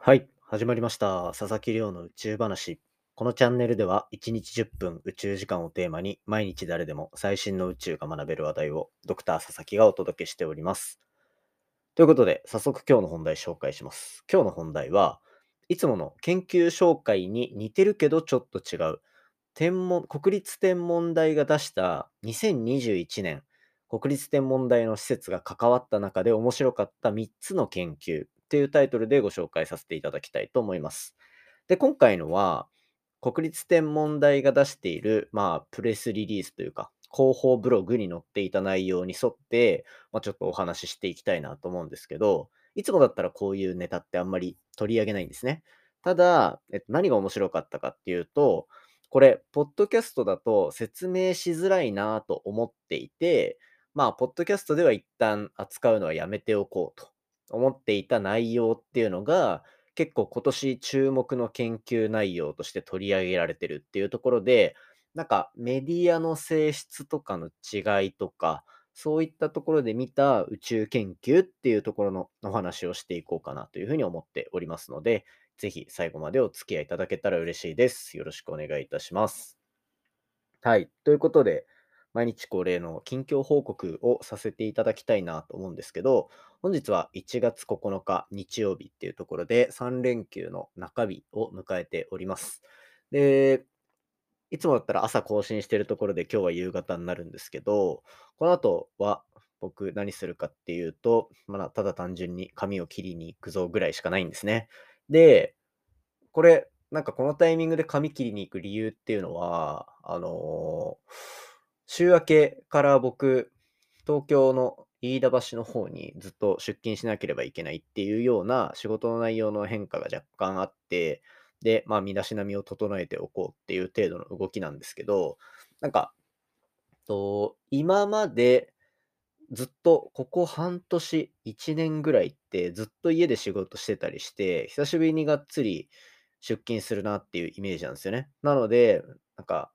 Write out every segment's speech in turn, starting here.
はい、始まりました。佐々木亮の宇宙話。このチャンネルでは1日10分宇宙時間をテーマに毎日誰でも最新の宇宙が学べる話題をドクター佐々木がお届けしております。ということで、早速今日の本題紹介します。今日の本題はいつもの研究紹介に似てるけどちょっと違う国立天文台が出した2021年国立天文台の施設が関わった中で面白かった3つの研究っていうタイトルでご紹介させていただきたいと思います。で、今回のは国立天文台が出している、プレスリリースというか、広報ブログに載っていた内容に沿って、ちょっとお話ししていきたいなと思うんですけど、いつもだったらこういうネタってあんまり取り上げないんですね。ただ、何が面白かったかっていうと、これ、ポッドキャストだと説明しづらいなと思っていて、ポッドキャストでは一旦扱うのはやめておこうと思っていた内容っていうのが、結構今年注目の研究内容として取り上げられてるっていうところで、なんかメディアの性質とかの違いとか、そういったところで見た宇宙研究っていうところのお話をしていこうかなというふうに思っておりますので、ぜひ最後までお付き合いいただけたら嬉しいです。よろしくお願いいたします。はい。ということで、毎日恒例の近況報告をさせていただきたいなと思うんですけど、本日は1月9日日曜日っていうところで3連休の中日を迎えております。で、いつもだったら朝更新してるところで今日は夕方になるんですけど、この後は僕何するかっていうと、ただ単純に髪を切りに行くぞぐらいしかないんですね。で、これ、なんかこのタイミングで髪切りに行く理由っていうのは、週明けから僕、東京の飯田橋の方にずっと出勤しなければいけないっていうような仕事の内容の変化が若干あって、で、身だしなみを整えておこうっていう程度の動きなんですけど、なんか、今までずっとここ半年、1年ぐらいってずっと家で仕事してたりして、久しぶりにがっつり出勤するなっていうイメージなんですよね。なので、なんか、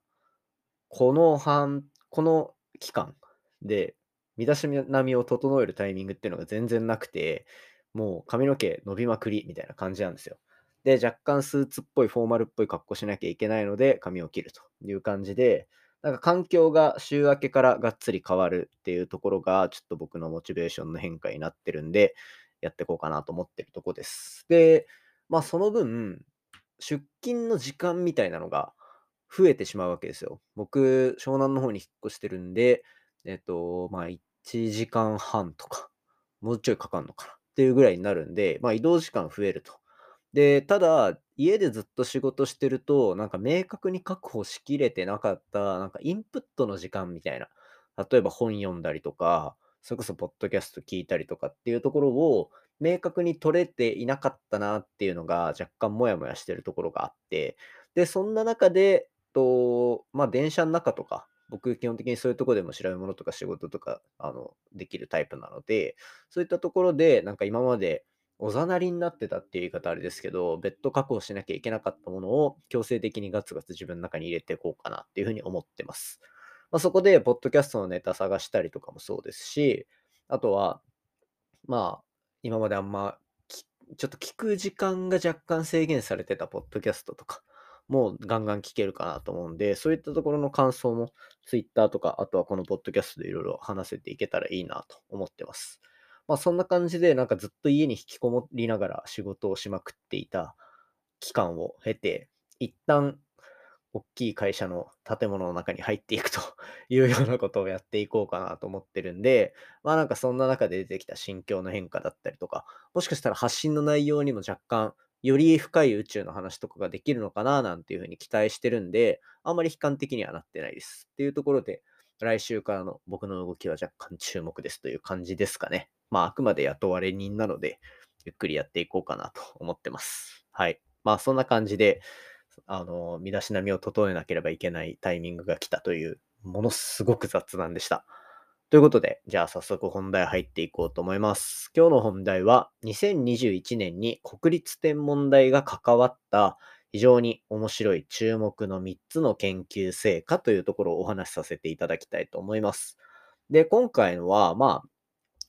この期間で、身だしなみを整えるタイミングっていうのが全然なくて、もう髪の毛伸びまくりみたいな感じなんですよ。で、若干スーツっぽいフォーマルっぽい格好しなきゃいけないので、髪を切るという感じで、なんか環境が週明けからがっつり変わるっていうところが、ちょっと僕のモチベーションの変化になってるんで、やっていこうかなと思ってるとこです。で、その分、出勤の時間みたいなのが増えてしまうわけですよ。僕、湘南の方に引っ越してるんで、1時間半とか、もうちょいかかんのかなっていうぐらいになるんで、移動時間増えると。で、ただ、家でずっと仕事してると、なんか明確に確保しきれてなかった、なんかインプットの時間みたいな。例えば本読んだりとか、それこそポッドキャスト聞いたりとかっていうところを明確に取れていなかったなっていうのが若干モヤモヤしてるところがあって、で、そんな中で、電車の中とか、僕基本的にそういうところでも調べ物とか仕事とか、できるタイプなので、そういったところで、なんか今までおざなりになってたっていう言い方あれですけど、別途確保しなきゃいけなかったものを強制的にガツガツ自分の中に入れていこうかなっていうふうに思ってます。そこで、ポッドキャストのネタ探したりとかもそうですし、あとは、まあ、今まであんま、ちょっと聞く時間が若干制限されてたポッドキャストとか、もうガンガン聞けるかなと思うんで、そういったところの感想も、ツイッターとか、あとはこのポッドキャストでいろいろ話せていけたらいいなと思ってます。そんな感じで、なんかずっと家に引きこもりながら仕事をしまくっていた期間を経て、一旦大きい会社の建物の中に入っていくというようなことをやっていこうかなと思ってるんで、なんかそんな中で出てきた心境の変化だったりとか、もしかしたら発信の内容にも若干、より深い宇宙の話とかができるのかななんていうふうに期待してるんで、あんまり悲観的にはなってないです。っていうところで、来週からの僕の動きは若干注目ですという感じですかね。あくまで雇われ人なので、ゆっくりやっていこうかなと思ってます。はい。そんな感じで、身だしなみを整えなければいけないタイミングが来たという、ものすごく雑談でした。ということで、じゃあ早速本題入っていこうと思います。今日の本題は、2021年に国立天文台が関わった非常に面白い注目の3つの研究成果というところをお話しさせていただきたいと思います。で、今回のは、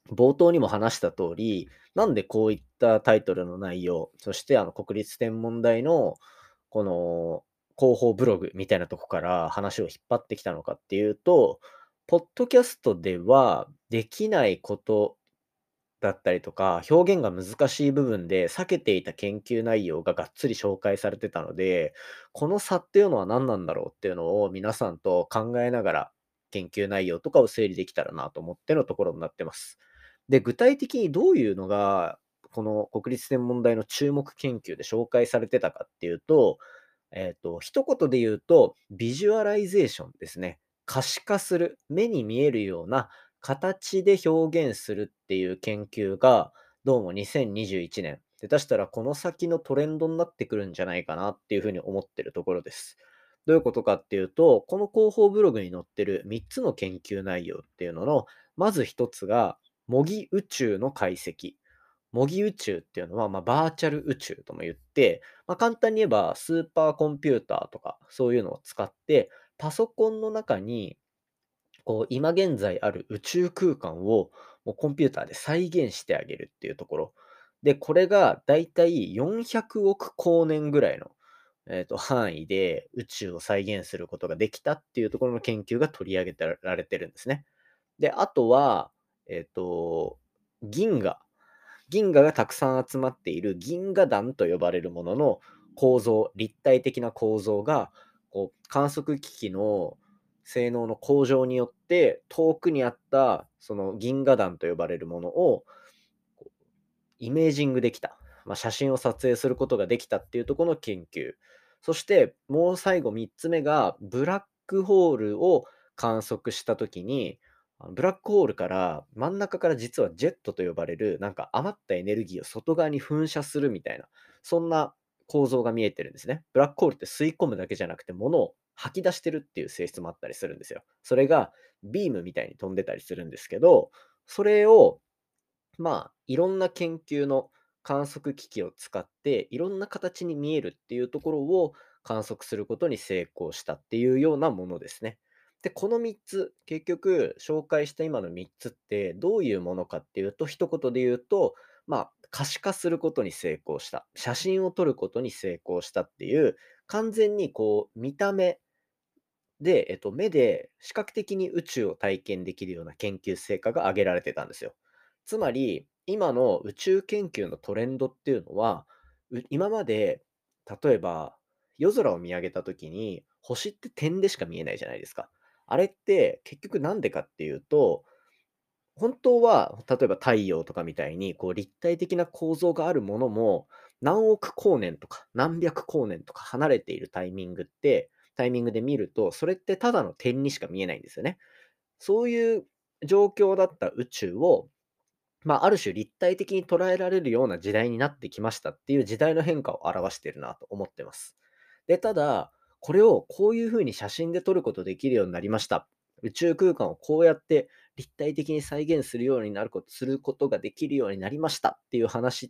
冒頭にも話した通り、なんでこういったタイトルの内容、そして国立天文台のこの広報ブログみたいなとこから話を引っ張ってきたのかっていうと、ポッドキャストではできないことだったりとか、表現が難しい部分で避けていた研究内容ががっつり紹介されてたので、この差っていうのは何なんだろうっていうのを皆さんと考えながら研究内容とかを整理できたらなと思ってのところになってます。で、具体的にどういうのが、この国立天文台の注目研究で紹介されてたかっていうと、一言で言うと、ビジュアライゼーションですね。可視化する、目に見えるような形で表現するっていう研究が、どうも2021年、下手したらこの先のトレンドになってくるんじゃないかなっていうふうに思ってるところです。どういうことかっていうと、この広報ブログに載ってる3つの研究内容っていうのの、まず1つが、模擬宇宙の解析。模擬宇宙っていうのは、バーチャル宇宙とも言って、簡単に言えばスーパーコンピューターとかそういうのを使って、パソコンの中に今現在ある宇宙空間をもうコンピューターで再現してあげるっていうところ。で、これがだいたい400億光年ぐらいの、範囲で宇宙を再現することができたっていうところの研究が取り上げてられてるんですね。で、あとは、えっと、銀河。銀河がたくさん集まっている銀河団と呼ばれるものの構造、立体的な構造が、観測機器の性能の向上によって、遠くにあったその銀河団と呼ばれるものをこうイメージングできた。写真を撮影することができたっていうところの研究。そして、もう最後3つ目が、ブラックホールを観測したときに、ブラックホールから真ん中から実はジェットと呼ばれる、なんか余ったエネルギーを外側に噴射するみたいな、そんな構造が見えてるんですね。ブラックホールって吸い込むだけじゃなくて、物を吐き出してるっていう性質もあったりするんですよ。それがビームみたいに飛んでたりするんですけど、それをいろんな研究の観測機器を使って、いろんな形に見えるっていうところを観測することに成功したっていうようなものですね。で、この3つ、結局紹介した今の3つってどういうものかっていうと、一言で言うと、可視化することに成功した。写真を撮ることに成功したっていう、完全に見た目で、目で視覚的に宇宙を体験できるような研究成果が挙げられてたんですよ。つまり、今の宇宙研究のトレンドっていうのは、今まで、例えば、夜空を見上げたときに、星って点でしか見えないじゃないですか。あれって結局なんでかっていうと、本当は、例えば太陽とかみたいに、立体的な構造があるものも、何億光年とか何百光年とか離れているタイミングで見ると、それってただの点にしか見えないんですよね。そういう状況だった宇宙を、ある種立体的に捉えられるような時代になってきましたっていう時代の変化を表しているなと思ってます。で、ただ、これをこういう風に写真で撮ることできるようになりました。宇宙空間をこうやって立体的に再現することができるようになりましたっていう話って、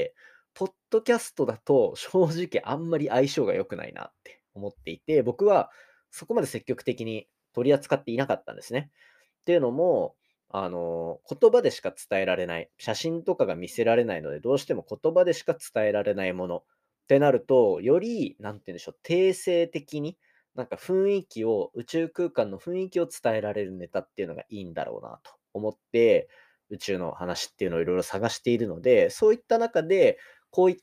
ポッドキャストだと正直あんまり相性が良くないなって思っていて、僕はそこまで積極的に取り扱っていなかったんですね。っていうのも、言葉でしか伝えられない、写真とかが見せられないので、どうしても言葉でしか伝えられないものってなると、より、なんて言うんでしょう、定性的に、なんか宇宙空間の雰囲気を伝えられるネタっていうのがいいんだろうなと思って、宇宙の話っていうのをいろいろ探しているので、そういった中で、こういった、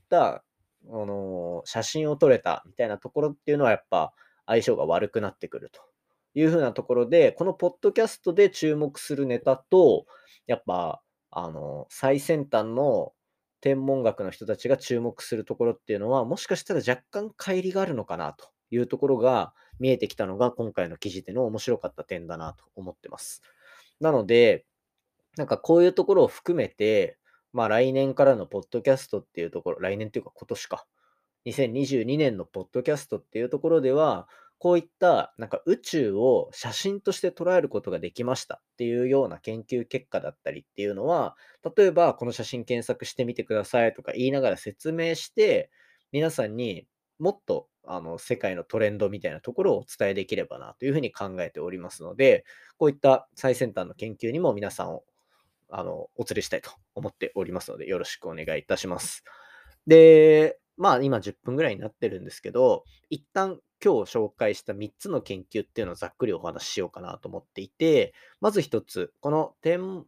写真を撮れたみたいなところっていうのはやっぱ相性が悪くなってくるという風なところで、このポッドキャストで注目するネタと、やっぱ、最先端の天文学の人たちが注目するところっていうのは、もしかしたら若干乖離があるのかなというところが見えてきたのが、今回の記事での面白かった点だなと思ってます。なので、なんかこういうところを含めて、来年からのポッドキャストっていうところ、来年っていうか今年か。2022年のポッドキャストっていうところでは、こういったなんか宇宙を写真として捉えることができましたっていうような研究結果だったりっていうのは、例えばこの写真検索してみてくださいとか言いながら説明して、皆さんにもっと世界のトレンドみたいなところをお伝えできればなというふうに考えておりますので、こういった最先端の研究にも皆さんをお連れしたいと思っておりますので、よろしくお願いいたします。で、今10分ぐらいになってるんですけど、一旦今日紹介した3つの研究っていうのをざっくりお話ししようかなと思っていて、まず1つ、この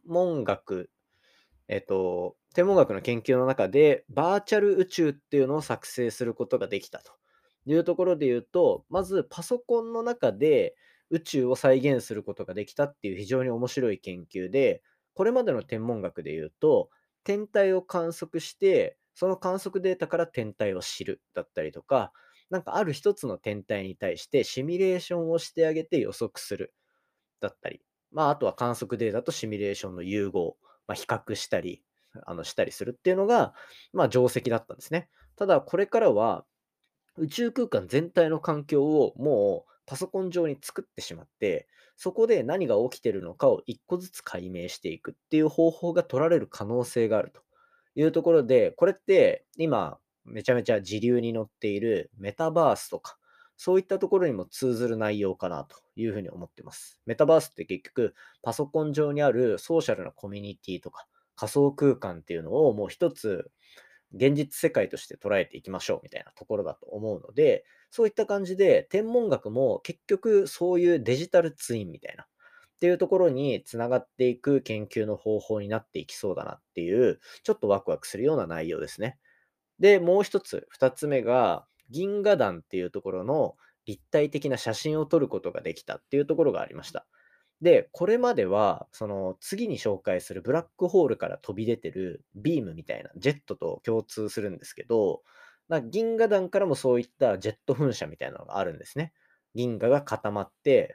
天文学の研究の中で、バーチャル宇宙っていうのを作成することができたというところで言うと、まずパソコンの中で宇宙を再現することができたっていう非常に面白い研究で、これまでの天文学で言うと、天体を観測して、その観測データから天体を知るだったりとか、なんかある一つの天体に対してシミュレーションをしてあげて予測するだったり、あとは観測データとシミュレーションの融合、比較したり、したりするっていうのが、定石だったんですね。ただ、これからは、宇宙空間全体の環境をもうパソコン上に作ってしまって、そこで何が起きているのかを一個ずつ解明していくっていう方法が取られる可能性があるというところで、これって今めちゃめちゃ時流に乗っているメタバースとか、そういったところにも通ずる内容かなというふうに思っています。メタバースって結局パソコン上にあるソーシャルなコミュニティとか仮想空間っていうのをもう一つ現実世界として捉えていきましょうみたいなところだと思うので、そういった感じで天文学も結局そういうデジタルツインみたいなっていうところにつながっていく研究の方法になっていきそうだなっていう、ちょっとワクワクするような内容ですね。で、もう一つ、二つ目が、銀河団っていうところの立体的な写真を撮ることができたっていうところがありました。で、これまでは、その次に紹介するブラックホールから飛び出てるビームみたいなジェットと共通するんですけど、銀河団からもそういったジェット噴射みたいなのがあるんですね。銀河が固まって、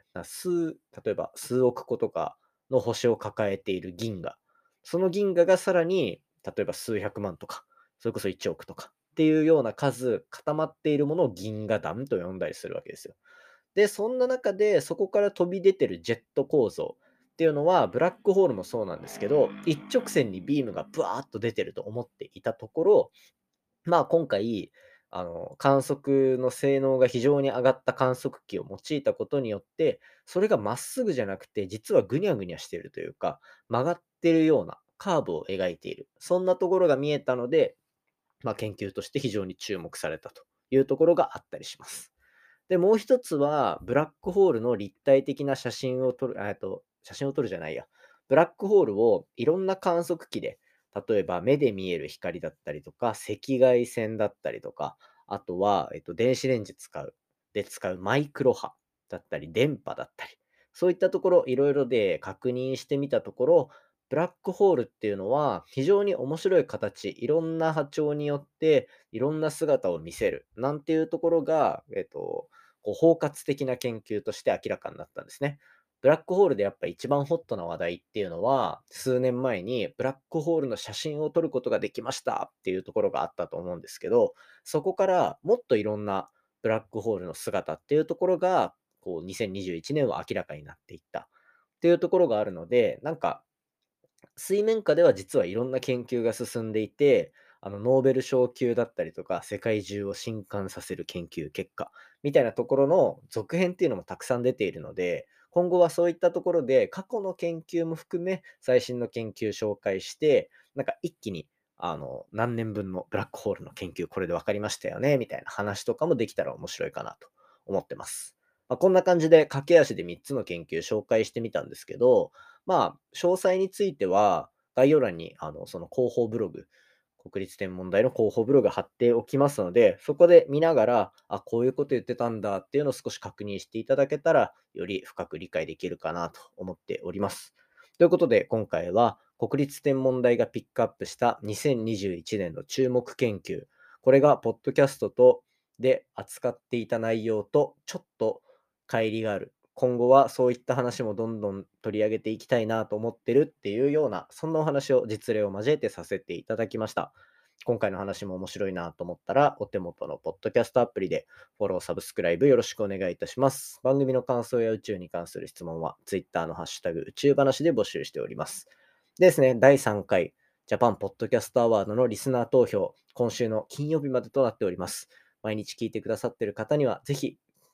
例えば数億個とかの星を抱えている銀河。その銀河がさらに、例えば数百万とか、それこそ1億とかっていうような数固まっているものを銀河団と呼んだりするわけですよ。で、そんな中で、そこから飛び出てるジェット構造っていうのは、ブラックホールもそうなんですけど、一直線にビームがブワーッと出てると思っていたところ、今回、観測の性能が非常に上がった観測機を用いたことによって、それがまっすぐじゃなくて、実はぐにゃぐにゃしているというか、曲がってるようなカーブを描いている。そんなところが見えたので、研究として非常に注目されたというところがあったりします。で、もう一つは、ブラックホールの立体的な写真を撮る、写真を撮るじゃないや。ブラックホールをいろんな観測器で、例えば目で見える光だったりとか、赤外線だったりとか、あとは、電子レンジ使うマイクロ波だったり、電波だったり、そういったところ、いろいろで確認してみたところ、ブラックホールっていうのは非常に面白い形、いろんな波長によっていろんな姿を見せるなんていうところが、包括的な研究として明らかになったんですね。ブラックホールでやっぱ一番ホットな話題っていうのは、数年前にブラックホールの写真を撮ることができましたっていうところがあったと思うんですけど、そこからもっといろんなブラックホールの姿っていうところが、2021年は明らかになっていったっていうところがあるので、なんか水面下では実はいろんな研究が進んでいて、ノーベル賞級だったりとか、世界中を震撼させる研究結果みたいなところの続編っていうのもたくさん出ているので、今後はそういったところで過去の研究も含め最新の研究紹介して、なんか一気に何年分のブラックホールの研究これで分かりましたよねみたいな話とかもできたら面白いかなと思ってます。こんな感じで駆け足で3つの研究紹介してみたんですけど、詳細については、概要欄に、その広報ブログ、国立天文台の広報ブログ貼っておきますので、そこで見ながら、こういうこと言ってたんだっていうのを少し確認していただけたら、より深く理解できるかなと思っております。ということで、今回は国立天文台がピックアップした2021年の注目研究、これがポッドキャストで扱っていた内容とちょっと乖離がある。今後はそういった話もどんどん取り上げていきたいなと思ってるっていうような、そんなお話を実例を交えてさせていただきました。今回の話も面白いなと思ったら、お手元のポッドキャストアプリでフォロー、サブスクライブよろしくお願いいたします。番組の感想や宇宙に関する質問は、Twitter のハッシュタグ宇宙話で募集しております。でですね、第3回ジャパンポッドキャストアワードのリスナー投票、今週の金曜日までとなっております。毎日聞いてくださっている方には、ぜひ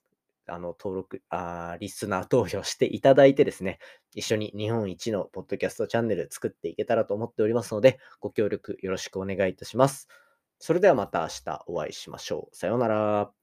登録、リスナー投票していただいてですね、一緒に日本一のポッドキャストチャンネル作っていけたらと思っておりますので、ご協力よろしくお願いいたします。それではまた明日お会いしましょう。さようなら。